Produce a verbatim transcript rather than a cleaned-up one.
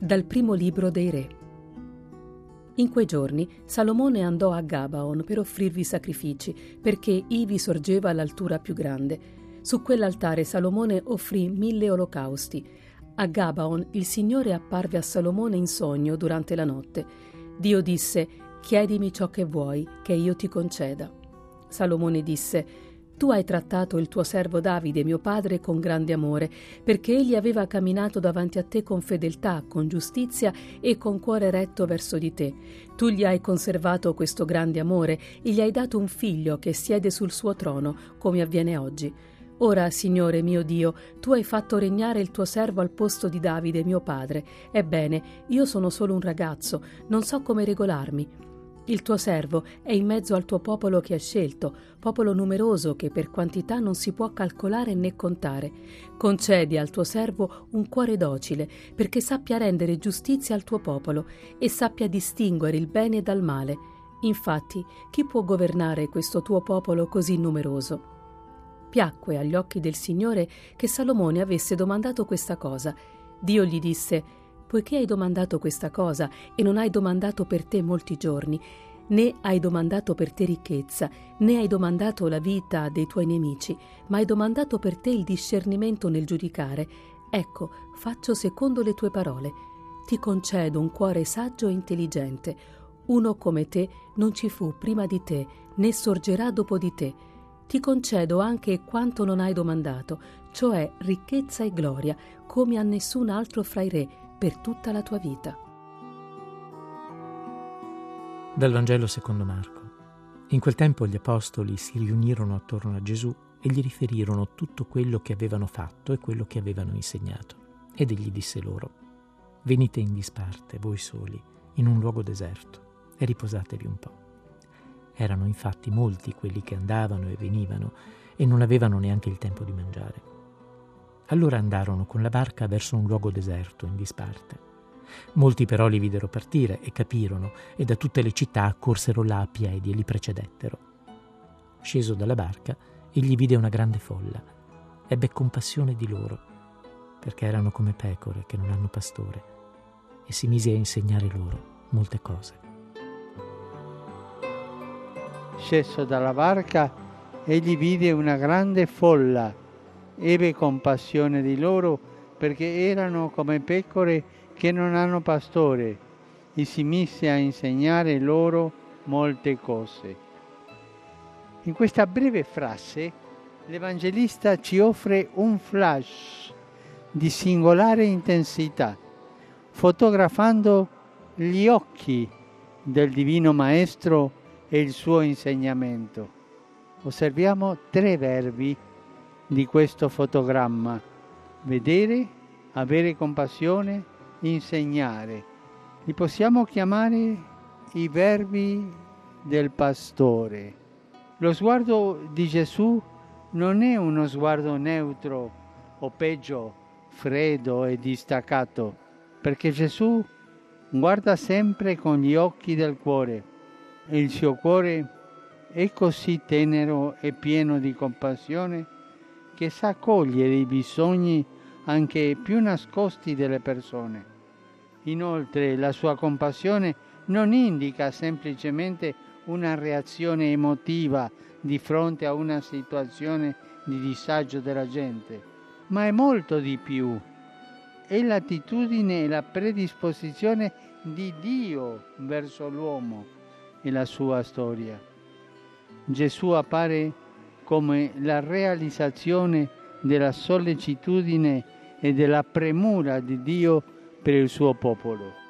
Dal primo libro dei Re. In quei giorni Salomone andò a Gabaon per offrirvi sacrifici, perché ivi sorgeva l'altura più grande. Su quell'altare Salomone offrì mille olocausti. A Gabaon il Signore apparve a Salomone in sogno durante la notte. Dio disse: «Chiedimi ciò che vuoi, che io ti conceda». Salomone disse: «Tu hai trattato il tuo servo Davide, mio padre, con grande amore, perché egli aveva camminato davanti a te con fedeltà, con giustizia e con cuore retto verso di te. Tu gli hai conservato questo grande amore e gli hai dato un figlio che siede sul suo trono, come avviene oggi. Ora, Signore mio Dio, tu hai fatto regnare il tuo servo al posto di Davide, mio padre. Ebbene, io sono solo un ragazzo, non so come regolarmi. Il tuo servo è in mezzo al tuo popolo che hai scelto, popolo numeroso che per quantità non si può calcolare né contare. Concedi al tuo servo un cuore docile, perché sappia rendere giustizia al tuo popolo e sappia distinguere il bene dal male. Infatti, chi può governare questo tuo popolo così numeroso?» Piacque agli occhi del Signore che Salomone avesse domandato questa cosa. Dio gli disse: «Poiché hai domandato questa cosa e non hai domandato per te molti giorni, né hai domandato per te ricchezza, né hai domandato la vita dei tuoi nemici, ma hai domandato per te il discernimento nel giudicare, ecco, faccio secondo le tue parole. Ti concedo un cuore saggio e intelligente. Uno come te non ci fu prima di te, né sorgerà dopo di te. Ti concedo anche quanto non hai domandato, cioè ricchezza e gloria, come a nessun altro fra i re, per tutta la tua vita». Dal Vangelo secondo Marco. In quel tempo gli apostoli si riunirono attorno a Gesù e gli riferirono tutto quello che avevano fatto e quello che avevano insegnato. Ed egli disse loro: «Venite in disparte, voi soli, in un luogo deserto, e riposatevi un po'». Erano infatti molti quelli che andavano e venivano e non avevano neanche il tempo di mangiare. Allora andarono con la barca verso un luogo deserto, in disparte. Molti però li videro partire e capirono, e da tutte le città accorsero là a piedi e li precedettero. Sceso dalla barca, egli vide una grande folla. Ebbe compassione di loro, perché erano come pecore che non hanno pastore, e si mise a insegnare loro molte cose. Sceso dalla barca, egli vide una grande folla. Ebbe compassione di loro, perché erano come pecore che non hanno pastore, e si mise a insegnare loro molte cose. In questa breve frase l'Evangelista ci offre un flash di singolare intensità, fotografando gli occhi del Divino Maestro e il suo insegnamento. Osserviamo tre verbi di questo fotogramma: vedere, avere compassione, insegnare. Li possiamo chiamare i verbi del pastore. Lo sguardo di Gesù non è uno sguardo neutro o peggio, freddo e distaccato, perché Gesù guarda sempre con gli occhi del cuore e il suo cuore è così tenero e pieno di compassione che sa cogliere i bisogni anche più nascosti delle persone. Inoltre la sua compassione non indica semplicemente una reazione emotiva di fronte a una situazione di disagio della gente, ma è molto di più. È l'attitudine e la predisposizione di Dio verso l'uomo e la sua storia. Gesù appare come la realizzazione della sollecitudine e della premura di Dio per il suo popolo.